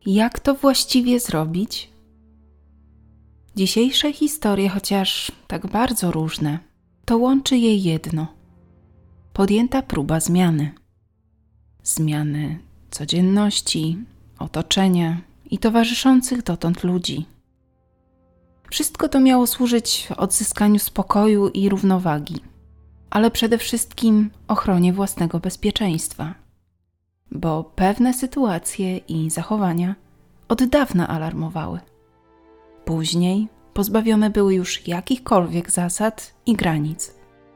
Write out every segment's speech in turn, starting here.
Jak to właściwie zrobić? Dzisiejsze historie, chociaż tak bardzo różne, to łączy je jedno. Podjęta próba zmiany. Zmiany codzienności, otoczenia i towarzyszących dotąd ludzi. Wszystko to miało służyć odzyskaniu spokoju i równowagi, ale przede wszystkim ochronie własnego bezpieczeństwa. Bo pewne sytuacje i zachowania od dawna alarmowały. Później pozbawione były już jakichkolwiek zasad i granic.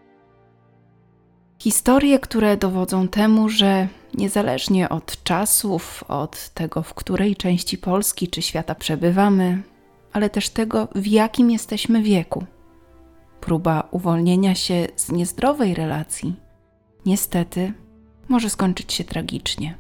Historie, które dowodzą temu, że niezależnie od czasów, od tego, w której części Polski czy świata przebywamy, ale też tego, w jakim jesteśmy wieku, próba uwolnienia się z niezdrowej relacji niestety może skończyć się tragicznie.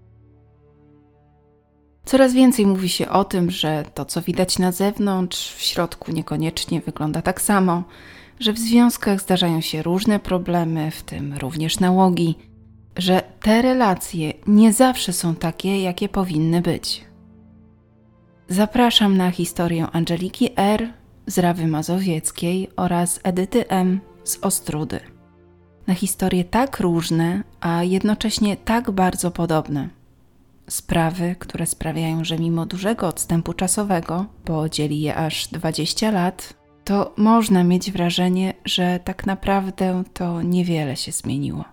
Coraz więcej mówi się o tym, że to, co widać na zewnątrz, w środku niekoniecznie wygląda tak samo, że w związkach zdarzają się różne problemy, w tym również nałogi, że te relacje nie zawsze są takie, jakie powinny być. Zapraszam na historię Angeliki R. z Rawy Mazowieckiej oraz Edyty M. z Ostródy. Na historie tak różne, a jednocześnie tak bardzo podobne. Sprawy, które sprawiają, że mimo dużego odstępu czasowego, bo dzieli je aż 20 lat, to można mieć wrażenie, że tak naprawdę to niewiele się zmieniło.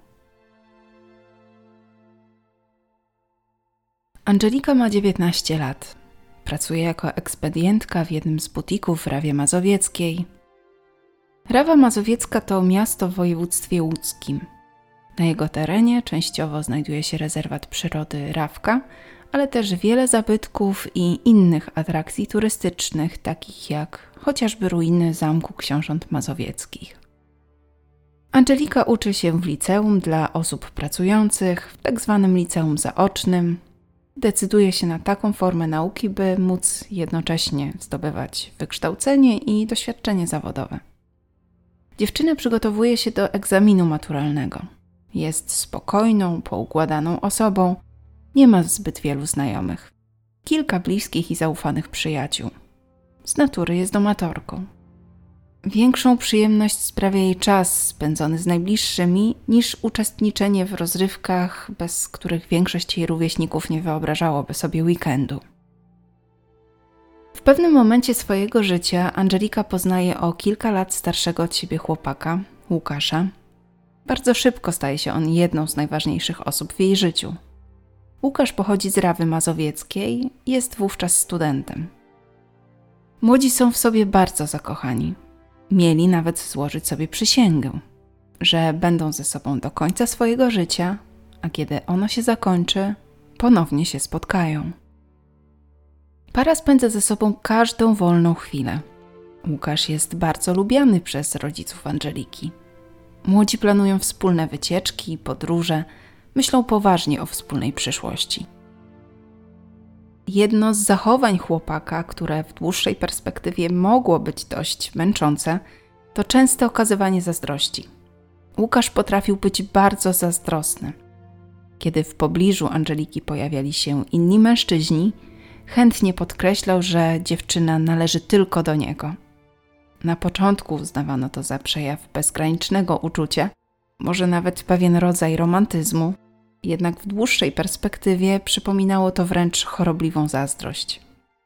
Angelika ma 19 lat. Pracuje jako ekspedientka w jednym z butików w Rawie Mazowieckiej. Rawa Mazowiecka to miasto w województwie łódzkim. Na jego terenie częściowo znajduje się rezerwat przyrody Rawka, ale też wiele zabytków i innych atrakcji turystycznych, takich jak chociażby ruiny Zamku Książąt Mazowieckich. Angelika uczy się w liceum dla osób pracujących, w tak zwanym liceum zaocznym. Decyduje się na taką formę nauki, by móc jednocześnie zdobywać wykształcenie i doświadczenie zawodowe. Dziewczyna przygotowuje się do egzaminu maturalnego. Jest spokojną, poukładaną osobą, nie ma zbyt wielu znajomych. Kilka bliskich i zaufanych przyjaciół. Z natury jest domatorką. Większą przyjemność sprawia jej czas spędzony z najbliższymi niż uczestniczenie w rozrywkach, bez których większość jej rówieśników nie wyobrażałoby sobie weekendu. W pewnym momencie swojego życia Angelika poznaje o kilka lat starszego od siebie chłopaka, Łukasza. Bardzo szybko staje się on jedną z najważniejszych osób w jej życiu. Łukasz pochodzi z Rawy Mazowieckiej, jest wówczas studentem. Młodzi są w sobie bardzo zakochani. Mieli nawet złożyć sobie przysięgę, że będą ze sobą do końca swojego życia, a kiedy ono się zakończy, ponownie się spotkają. Para spędza ze sobą każdą wolną chwilę. Łukasz jest bardzo lubiany przez rodziców Angeliki. Młodzi planują wspólne wycieczki, podróże, myślą poważnie o wspólnej przyszłości. Jedno z zachowań chłopaka, które w dłuższej perspektywie mogło być dość męczące, to częste okazywanie zazdrości. Łukasz potrafił być bardzo zazdrosny. Kiedy w pobliżu Angeliki pojawiali się inni mężczyźni, chętnie podkreślał, że dziewczyna należy tylko do niego. Na początku uznawano to za przejaw bezgranicznego uczucia, może nawet pewien rodzaj romantyzmu, jednak w dłuższej perspektywie przypominało to wręcz chorobliwą zazdrość.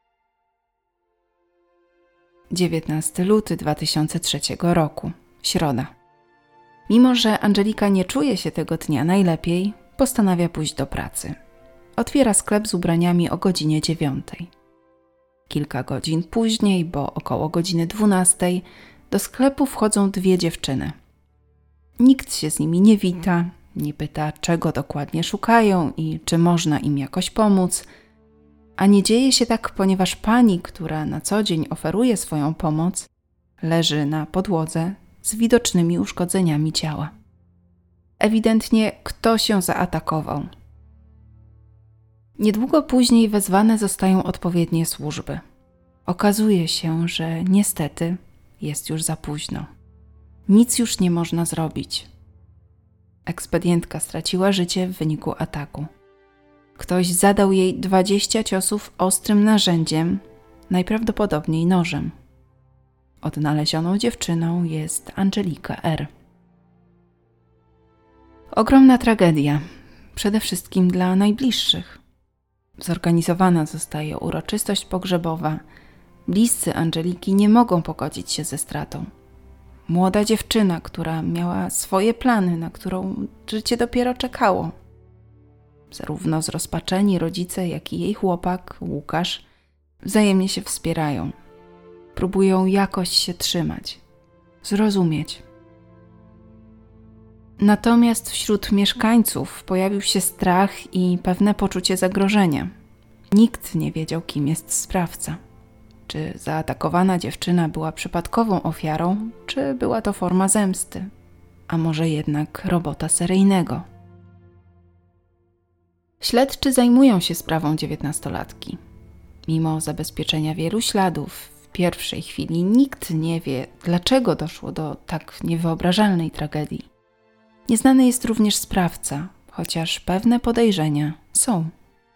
19 luty 2003 roku, środa. Mimo że Angelika nie czuje się tego dnia najlepiej, postanawia pójść do pracy. Otwiera sklep z ubraniami o godzinie 9. Kilka godzin później, bo około godziny 12, do sklepu wchodzą dwie dziewczyny. Nikt się z nimi nie wita, nie pyta, czego dokładnie szukają i czy można im jakoś pomóc. A nie dzieje się tak, ponieważ pani, która na co dzień oferuje swoją pomoc, leży na podłodze z widocznymi uszkodzeniami ciała. Ewidentnie ktoś ją zaatakował. Niedługo później wezwane zostają odpowiednie służby. Okazuje się, że niestety jest już za późno. Nic już nie można zrobić. Ekspedientka straciła życie w wyniku ataku. Ktoś zadał jej 20 ciosów ostrym narzędziem, najprawdopodobniej nożem. Odnalezioną dziewczyną jest Angelika R. Ogromna tragedia, przede wszystkim dla najbliższych. Zorganizowana zostaje uroczystość pogrzebowa. Bliscy Angeliki nie mogą pogodzić się ze stratą. Młoda dziewczyna, która miała swoje plany, na którą życie dopiero czekało. Zarówno zrozpaczeni rodzice, jak i jej chłopak, Łukasz, wzajemnie się wspierają. Próbują jakoś się trzymać, zrozumieć. Natomiast wśród mieszkańców pojawił się strach i pewne poczucie zagrożenia. Nikt nie wiedział, kim jest sprawca. Czy zaatakowana dziewczyna była przypadkową ofiarą, czy była to forma zemsty, a może jednak robota seryjnego. Śledczy zajmują się sprawą 19-latki. Mimo zabezpieczenia wielu śladów, w pierwszej chwili nikt nie wie, dlaczego doszło do tak niewyobrażalnej tragedii. Nieznany jest również sprawca, chociaż pewne podejrzenia są.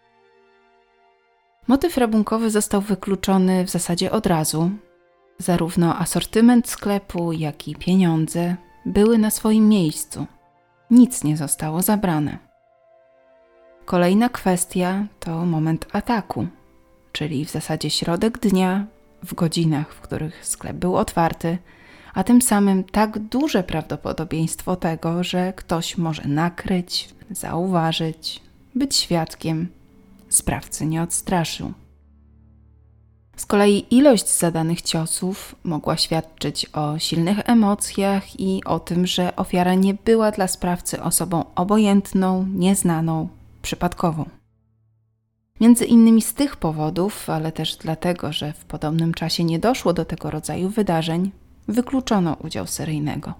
Motyw rabunkowy został wykluczony w zasadzie od razu. Zarówno asortyment sklepu, jak i pieniądze były na swoim miejscu. Nic nie zostało zabrane. Kolejna kwestia to moment ataku, czyli w zasadzie środek dnia, w godzinach, w których sklep był otwarty, a tym samym tak duże prawdopodobieństwo tego, że ktoś może nakryć, zauważyć, być świadkiem. Sprawcy nie odstraszył. Z kolei ilość zadanych ciosów mogła świadczyć o silnych emocjach i o tym, że ofiara nie była dla sprawcy osobą obojętną, nieznaną, przypadkową. Między innymi z tych powodów, ale też dlatego, że w podobnym czasie nie doszło do tego rodzaju wydarzeń, wykluczono udział seryjnego.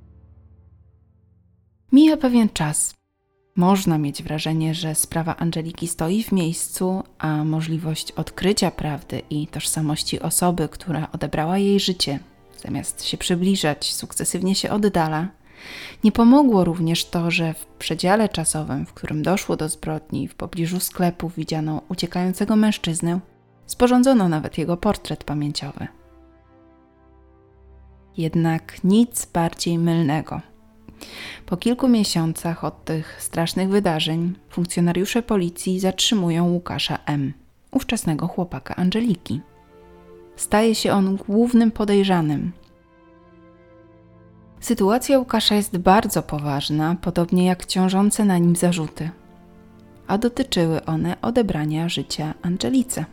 Mija pewien czas. Można mieć wrażenie, że sprawa Angeliki stoi w miejscu, a możliwość odkrycia prawdy i tożsamości osoby, która odebrała jej życie, zamiast się przybliżać, sukcesywnie się oddala. Nie pomogło również to, że w przedziale czasowym, w którym doszło do zbrodni, w pobliżu sklepu widziano uciekającego mężczyznę, sporządzono nawet jego portret pamięciowy. Jednak nic bardziej mylnego. Po kilku miesiącach od tych strasznych wydarzeń funkcjonariusze policji zatrzymują Łukasza M., ówczesnego chłopaka Angeliki. Staje się on głównym podejrzanym. Sytuacja Łukasza jest bardzo poważna, podobnie jak ciążące na nim zarzuty, a dotyczyły one odebrania życia Angelice.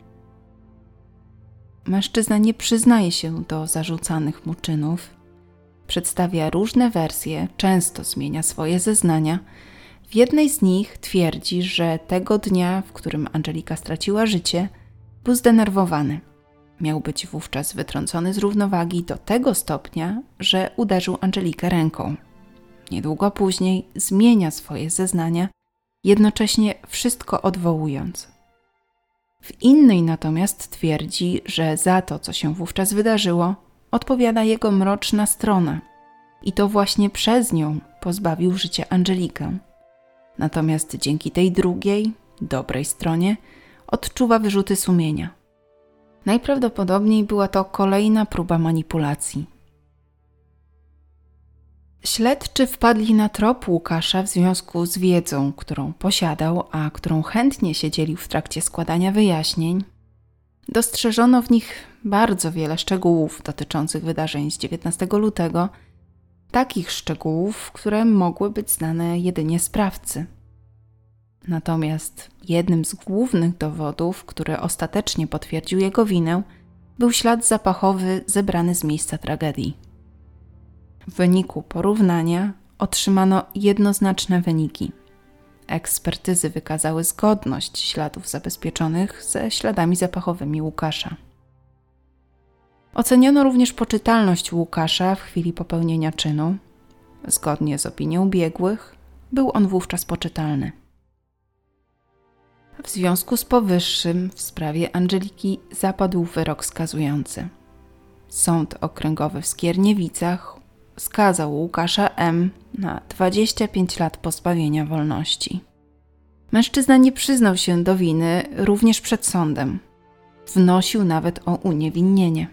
Mężczyzna nie przyznaje się do zarzucanych mu czynów, przedstawia różne wersje, często zmienia swoje zeznania. W jednej z nich twierdzi, że tego dnia, w którym Angelika straciła życie, był zdenerwowany. Miał być wówczas wytrącony z równowagi do tego stopnia, że uderzył Angelikę ręką. Niedługo później zmienia swoje zeznania, jednocześnie wszystko odwołując. W innej natomiast twierdzi, że za to, co się wówczas wydarzyło, odpowiada jego mroczna strona i to właśnie przez nią pozbawił życia Angelikę. Natomiast dzięki tej drugiej, dobrej stronie odczuwa wyrzuty sumienia. Najprawdopodobniej była to kolejna próba manipulacji. Śledczy wpadli na trop Łukasza w związku z wiedzą, którą posiadał, a którą chętnie się dzielił w trakcie składania wyjaśnień. Dostrzeżono w nich bardzo wiele szczegółów dotyczących wydarzeń z 19 lutego, takich szczegółów, które mogły być znane jedynie sprawcy. Natomiast jednym z głównych dowodów, który ostatecznie potwierdził jego winę, był ślad zapachowy zebrany z miejsca tragedii. W wyniku porównania otrzymano jednoznaczne wyniki. Ekspertyzy wykazały zgodność śladów zabezpieczonych ze śladami zapachowymi Łukasza. Oceniono również poczytalność Łukasza w chwili popełnienia czynu. Zgodnie z opinią biegłych, był on wówczas poczytalny. W związku z powyższym w sprawie Angeliki zapadł wyrok skazujący. Sąd Okręgowy w Skierniewicach skazał Łukasza M. na 25 lat pozbawienia wolności. Mężczyzna nie przyznał się do winy również przed sądem. Wnosił nawet o uniewinnienie.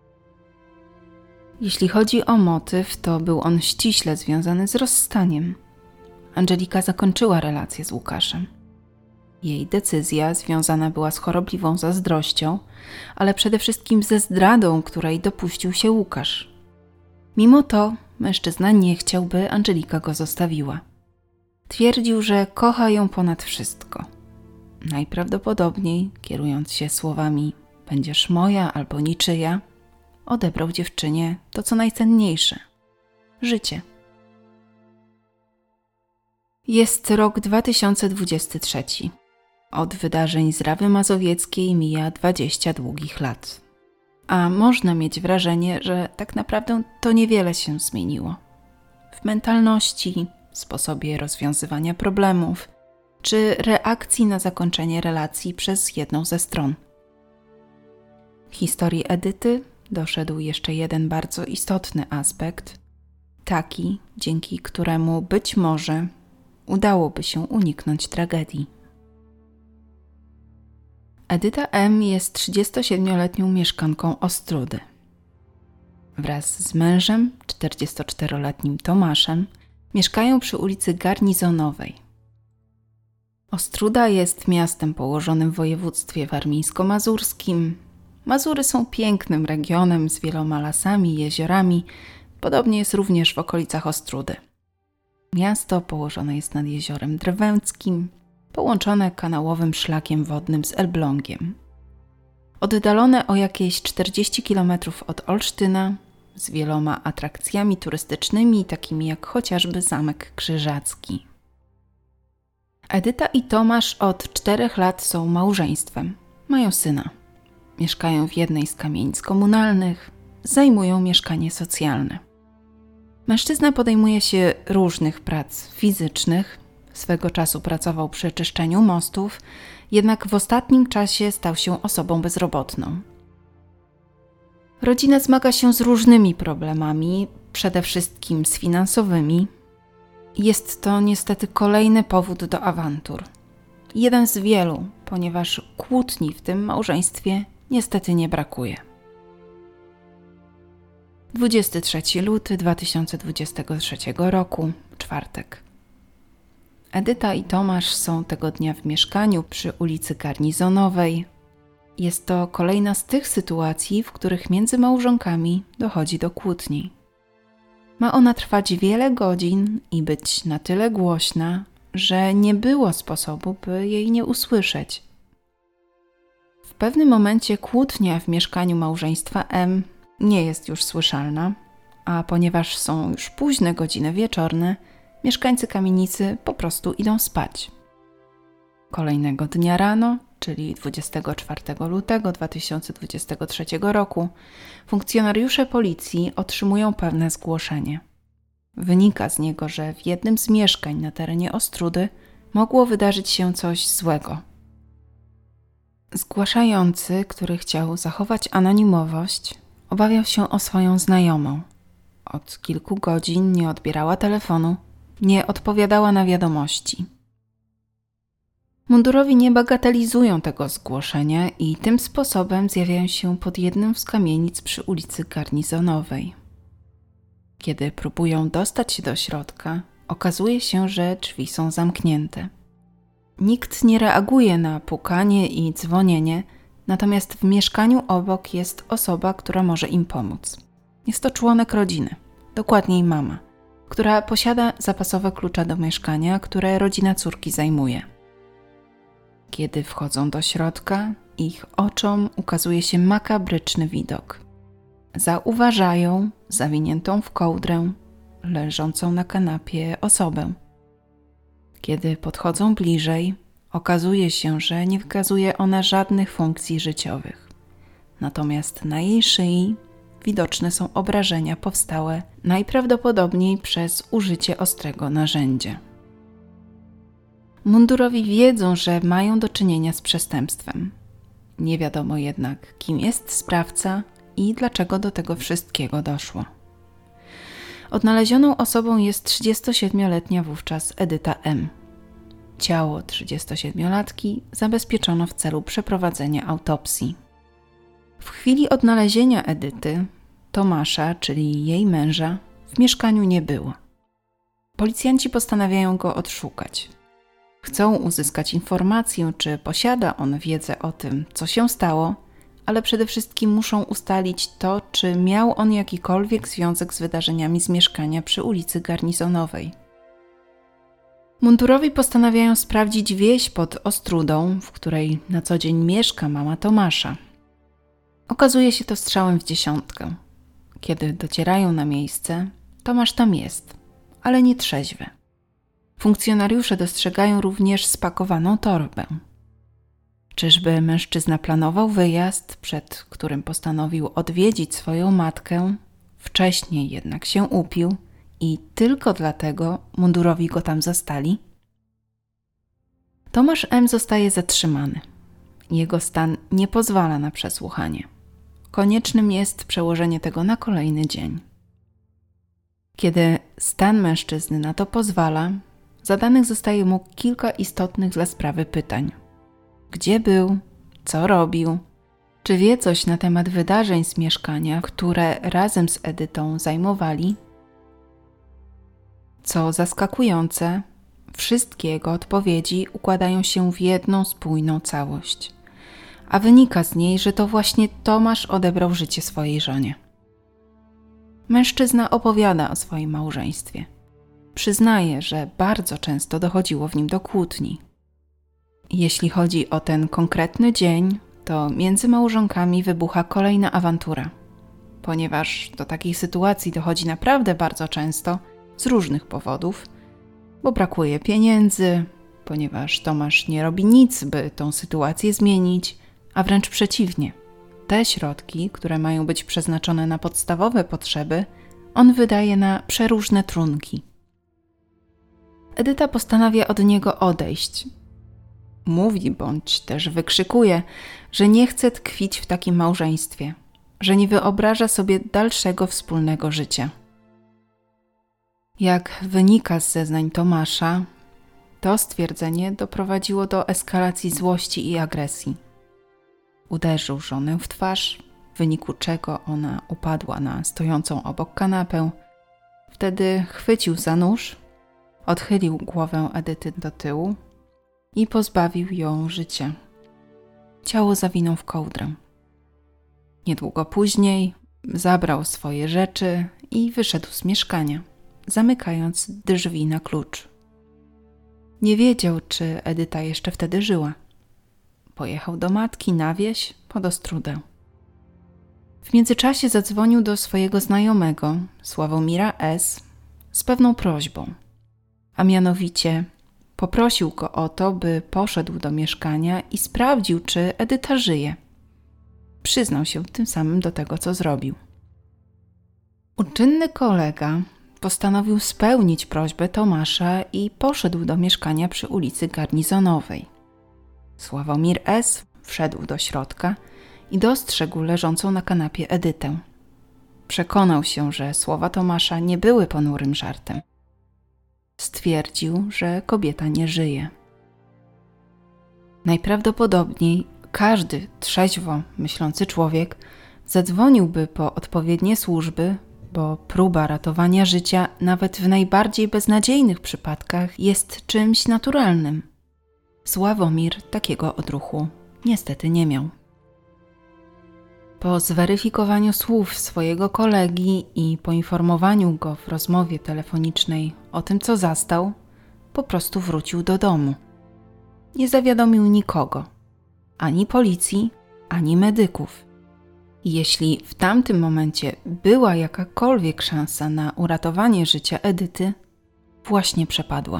Jeśli chodzi o motyw, to był on ściśle związany z rozstaniem. Angelika zakończyła relację z Łukaszem. Jej decyzja związana była z chorobliwą zazdrością, ale przede wszystkim ze zdradą, której dopuścił się Łukasz. Mimo to mężczyzna nie chciał, by Angelika go zostawiła. Twierdził, że kocha ją ponad wszystko. Najprawdopodobniej, kierując się słowami „będziesz moja albo niczyja”, odebrał dziewczynie to, co najcenniejsze – życie. Jest rok 2023. Od wydarzeń z Rawy Mazowieckiej mija 20 długich lat. A można mieć wrażenie, że tak naprawdę to niewiele się zmieniło. W mentalności, sposobie rozwiązywania problemów, czy reakcji na zakończenie relacji przez jedną ze stron. W historii Edyty doszedł jeszcze jeden bardzo istotny aspekt, taki, dzięki któremu być może udałoby się uniknąć tragedii. Edyta M. jest 37-letnią mieszkanką Ostródy. Wraz z mężem, 44-letnim Tomaszem, mieszkają przy ulicy Garnizonowej. Ostróda jest miastem położonym w województwie warmińsko-mazurskim. Mazury są pięknym regionem z wieloma lasami i jeziorami, podobnie jest również w okolicach Ostródy. Miasto położone jest nad jeziorem Drwęckim, połączone kanałowym szlakiem wodnym z Elblągiem. Oddalone o jakieś 40 km od Olsztyna, z wieloma atrakcjami turystycznymi, takimi jak chociażby Zamek Krzyżacki. Edyta i Tomasz od 4 lat są małżeństwem. Mają syna. Mieszkają w jednej z kamienic komunalnych, zajmują mieszkanie socjalne. Mężczyzna podejmuje się różnych prac fizycznych. Swego czasu pracował przy czyszczeniu mostów, jednak w ostatnim czasie stał się osobą bezrobotną. Rodzina zmaga się z różnymi problemami, przede wszystkim z finansowymi. Jest to niestety kolejny powód do awantur. Jeden z wielu, ponieważ kłótni w tym małżeństwie niestety nie brakuje. 23 luty 2023 roku, czwartek. Edyta i Tomasz są tego dnia w mieszkaniu przy ulicy Garnizonowej. Jest to kolejna z tych sytuacji, w których między małżonkami dochodzi do kłótni. Ma ona trwać wiele godzin i być na tyle głośna, że nie było sposobu, by jej nie usłyszeć. W pewnym momencie kłótnia w mieszkaniu małżeństwa M nie jest już słyszalna, a ponieważ są już późne godziny wieczorne, mieszkańcy kamienicy po prostu idą spać. Kolejnego dnia rano, czyli 24 lutego 2023 roku, funkcjonariusze policji otrzymują pewne zgłoszenie. Wynika z niego, że w jednym z mieszkań na terenie Ostródy mogło wydarzyć się coś złego. Zgłaszający, który chciał zachować anonimowość, obawiał się o swoją znajomą. Od kilku godzin nie odbierała telefonu, nie odpowiadała na wiadomości. Mundurowi nie bagatelizują tego zgłoszenia i tym sposobem zjawiają się pod jednym z kamienic przy ulicy Garnizonowej. Kiedy próbują dostać się do środka, okazuje się, że drzwi są zamknięte. Nikt nie reaguje na pukanie i dzwonienie, natomiast w mieszkaniu obok jest osoba, która może im pomóc. Jest to członek rodziny, dokładniej mama, która posiada zapasowe klucze do mieszkania, które rodzina córki zajmuje. Kiedy wchodzą do środka, ich oczom ukazuje się makabryczny widok. Zauważają zawiniętą w kołdrę, leżącą na kanapie osobę. Kiedy podchodzą bliżej, okazuje się, że nie wykazuje ona żadnych funkcji życiowych. Natomiast na jej szyi widoczne są obrażenia powstałe najprawdopodobniej przez użycie ostrego narzędzia. Mundurowi wiedzą, że mają do czynienia z przestępstwem. Nie wiadomo jednak, kim jest sprawca i dlaczego do tego wszystkiego doszło. Odnalezioną osobą jest 37-letnia wówczas Edyta M. Ciało 37-latki zabezpieczono w celu przeprowadzenia autopsji. W chwili odnalezienia Edyty, Tomasza, czyli jej męża, w mieszkaniu nie było. Policjanci postanawiają go odszukać. Chcą uzyskać informację, czy posiada on wiedzę o tym, co się stało, ale przede wszystkim muszą ustalić to, czy miał on jakikolwiek związek z wydarzeniami z mieszkania przy ulicy Garnizonowej. Mundurowi postanawiają sprawdzić wieś pod Ostrudą, w której na co dzień mieszka mama Tomasza. Okazuje się to strzałem w dziesiątkę. Kiedy docierają na miejsce, Tomasz tam jest, ale nie trzeźwy. Funkcjonariusze dostrzegają również spakowaną torbę. Czyżby mężczyzna planował wyjazd, przed którym postanowił odwiedzić swoją matkę, wcześniej jednak się upił i tylko dlatego mundurowi go tam zastali? Tomasz M. zostaje zatrzymany. Jego stan nie pozwala na przesłuchanie. Koniecznym jest przełożenie tego na kolejny dzień. Kiedy stan mężczyzny na to pozwala, zadanych zostaje mu kilka istotnych dla sprawy pytań. Gdzie był? Co robił? Czy wie coś na temat wydarzeń z mieszkania, które razem z Edytą zajmowali? Co zaskakujące, wszystkie jego odpowiedzi układają się w jedną spójną całość, a wynika z niej, że to właśnie Tomasz odebrał życie swojej żonie. Mężczyzna opowiada o swoim małżeństwie. Przyznaje, że bardzo często dochodziło w nim do kłótni. Jeśli chodzi o ten konkretny dzień, to między małżonkami wybucha kolejna awantura, ponieważ do takich sytuacji dochodzi naprawdę bardzo często z różnych powodów, bo brakuje pieniędzy, ponieważ Tomasz nie robi nic, by tą sytuację zmienić, a wręcz przeciwnie. Te środki, które mają być przeznaczone na podstawowe potrzeby, on wydaje na przeróżne trunki. Edyta postanawia od niego odejść. Mówi bądź też wykrzykuje, że nie chce tkwić w takim małżeństwie, że nie wyobraża sobie dalszego wspólnego życia. Jak wynika z zeznań Tomasza, to stwierdzenie doprowadziło do eskalacji złości i agresji. Uderzył żonę w twarz, w wyniku czego ona upadła na stojącą obok kanapę. Wtedy chwycił za nóż, odchylił głowę Edyty do tyłu i pozbawił ją życia. Ciało zawinął w kołdrę. Niedługo później zabrał swoje rzeczy i wyszedł z mieszkania, zamykając drzwi na klucz. Nie wiedział, czy Edyta jeszcze wtedy żyła. Pojechał do matki na wieś pod Ostrudę. W międzyczasie zadzwonił do swojego znajomego, Sławomira S., z pewną prośbą, a mianowicie poprosił go o to, by poszedł do mieszkania i sprawdził, czy Edyta żyje. Przyznał się tym samym do tego, co zrobił. Uczynny kolega postanowił spełnić prośbę Tomasza i poszedł do mieszkania przy ulicy Garnizonowej. Sławomir S. wszedł do środka i dostrzegł leżącą na kanapie Edytę. Przekonał się, że słowa Tomasza nie były ponurym żartem. Stwierdził, że kobieta nie żyje. Najprawdopodobniej każdy trzeźwo myślący człowiek zadzwoniłby po odpowiednie służby, bo próba ratowania życia nawet w najbardziej beznadziejnych przypadkach jest czymś naturalnym. Sławomir takiego odruchu niestety nie miał. Po zweryfikowaniu słów swojego kolegi i poinformowaniu go w rozmowie telefonicznej o tym, co zastał, po prostu wrócił do domu. Nie zawiadomił nikogo, ani policji, ani medyków. I jeśli w tamtym momencie była jakakolwiek szansa na uratowanie życia Edyty, właśnie przepadła.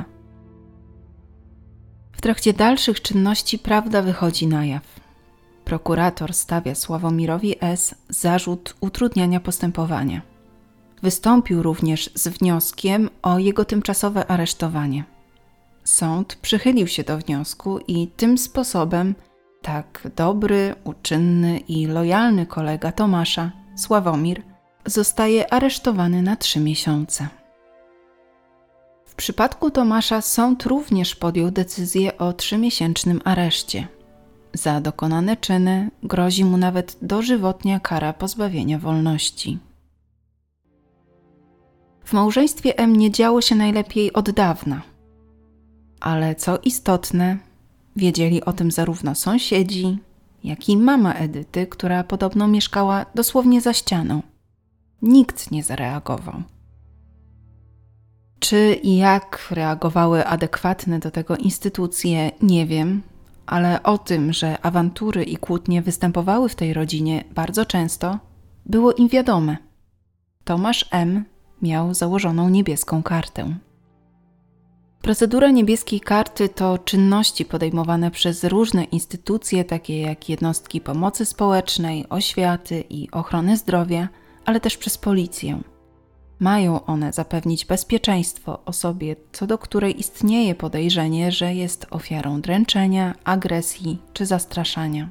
W trakcie dalszych czynności prawda wychodzi na jaw. Prokurator stawia Sławomirowi S. zarzut utrudniania postępowania. Wystąpił również z wnioskiem o jego tymczasowe aresztowanie. Sąd przychylił się do wniosku i tym sposobem tak dobry, uczynny i lojalny kolega Tomasza, Sławomir, zostaje aresztowany na 3 miesiące. W przypadku Tomasza sąd również podjął decyzję o 3-miesięcznym areszcie. Za dokonane czyny grozi mu nawet dożywotnia kara pozbawienia wolności. W małżeństwie M nie działo się najlepiej od dawna. Ale co istotne, wiedzieli o tym zarówno sąsiedzi, jak i mama Edyty, która podobno mieszkała dosłownie za ścianą. Nikt nie zareagował. Czy i jak reagowały adekwatne do tego instytucje, nie wiem, ale o tym, że awantury i kłótnie występowały w tej rodzinie bardzo często, było im wiadome. Tomasz M. miał założoną niebieską kartę. Procedura niebieskiej karty to czynności podejmowane przez różne instytucje, takie jak jednostki pomocy społecznej, oświaty i ochrony zdrowia, ale też przez policję. Mają one zapewnić bezpieczeństwo osobie, co do której istnieje podejrzenie, że jest ofiarą dręczenia, agresji czy zastraszania.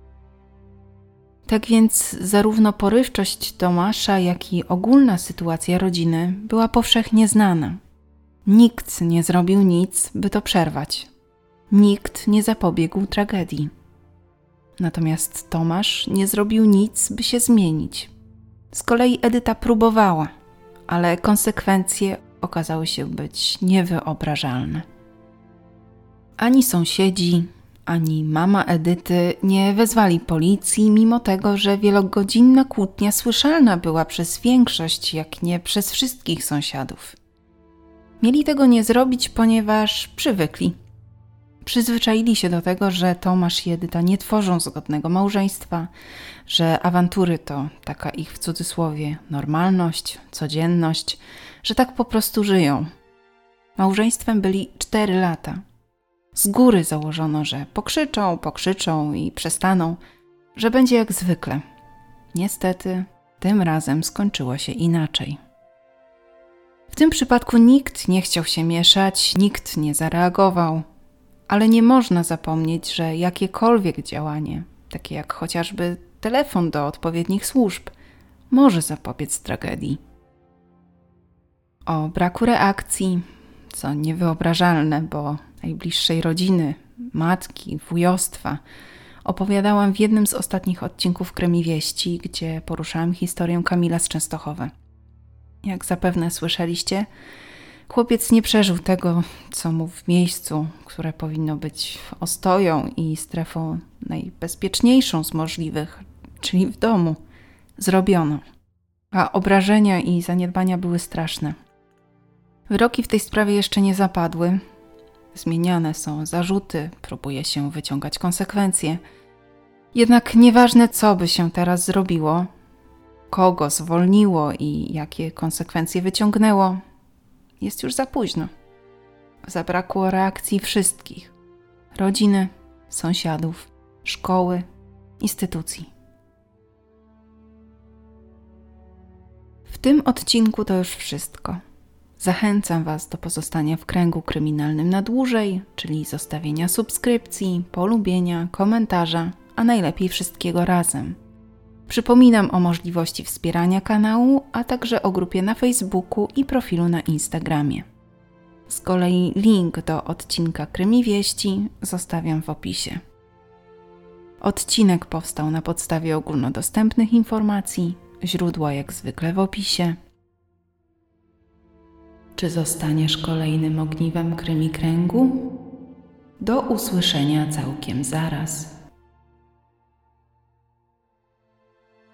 Tak więc zarówno porywczość Tomasza, jak i ogólna sytuacja rodziny była powszechnie znana. Nikt nie zrobił nic, by to przerwać. Nikt nie zapobiegł tragedii. Natomiast Tomasz nie zrobił nic, by się zmienić. Z kolei Edyta próbowała, ale konsekwencje okazały się być niewyobrażalne. Ani sąsiedzi, ani mama Edyty nie wezwali policji, mimo tego, że wielogodzinna kłótnia słyszalna była przez większość, jak nie przez wszystkich sąsiadów. Mieli tego nie zrobić, ponieważ przywykli. Przyzwyczaili się do tego, że Tomasz i Edyta nie tworzą zgodnego małżeństwa, że awantury to taka ich w cudzysłowie normalność, codzienność, że tak po prostu żyją. Małżeństwem byli 4 lata. Z góry założono, że pokrzyczą i przestaną, że będzie jak zwykle. Niestety, tym razem skończyło się inaczej. W tym przypadku nikt nie chciał się mieszać, nikt nie zareagował, ale nie można zapomnieć, że jakiekolwiek działanie, takie jak chociażby telefon do odpowiednich służb, może zapobiec tragedii. O braku reakcji, co niewyobrażalne, bo najbliższej rodziny, matki, wujostwa, opowiadałam w jednym z ostatnich odcinków Krymi Wieści, gdzie poruszałam historię Kamila z Częstochowy. Jak zapewne słyszeliście, chłopiec nie przeżył tego, co mu w miejscu, które powinno być ostoją i strefą najbezpieczniejszą z możliwych, czyli w domu, zrobiono. A obrażenia i zaniedbania były straszne. Wyroki w tej sprawie jeszcze nie zapadły. Zmieniane są zarzuty, próbuje się wyciągać konsekwencje. Jednak nieważne, co by się teraz zrobiło, kogo zwolniło i jakie konsekwencje wyciągnęło, jest już za późno. Zabrakło reakcji wszystkich: rodziny, sąsiadów, szkoły, instytucji. W tym odcinku to już wszystko. Zachęcam Was do pozostania w kręgu kryminalnym na dłużej, czyli zostawienia subskrypcji, polubienia, komentarza, a najlepiej wszystkiego razem. Przypominam o możliwości wspierania kanału, a także o grupie na Facebooku i profilu na Instagramie. Z kolei link do odcinka Krymi Wieści zostawiam w opisie. Odcinek powstał na podstawie ogólnodostępnych informacji, źródła jak zwykle w opisie. Czy zostaniesz kolejnym ogniwem Krymi Kręgu? Do usłyszenia całkiem zaraz.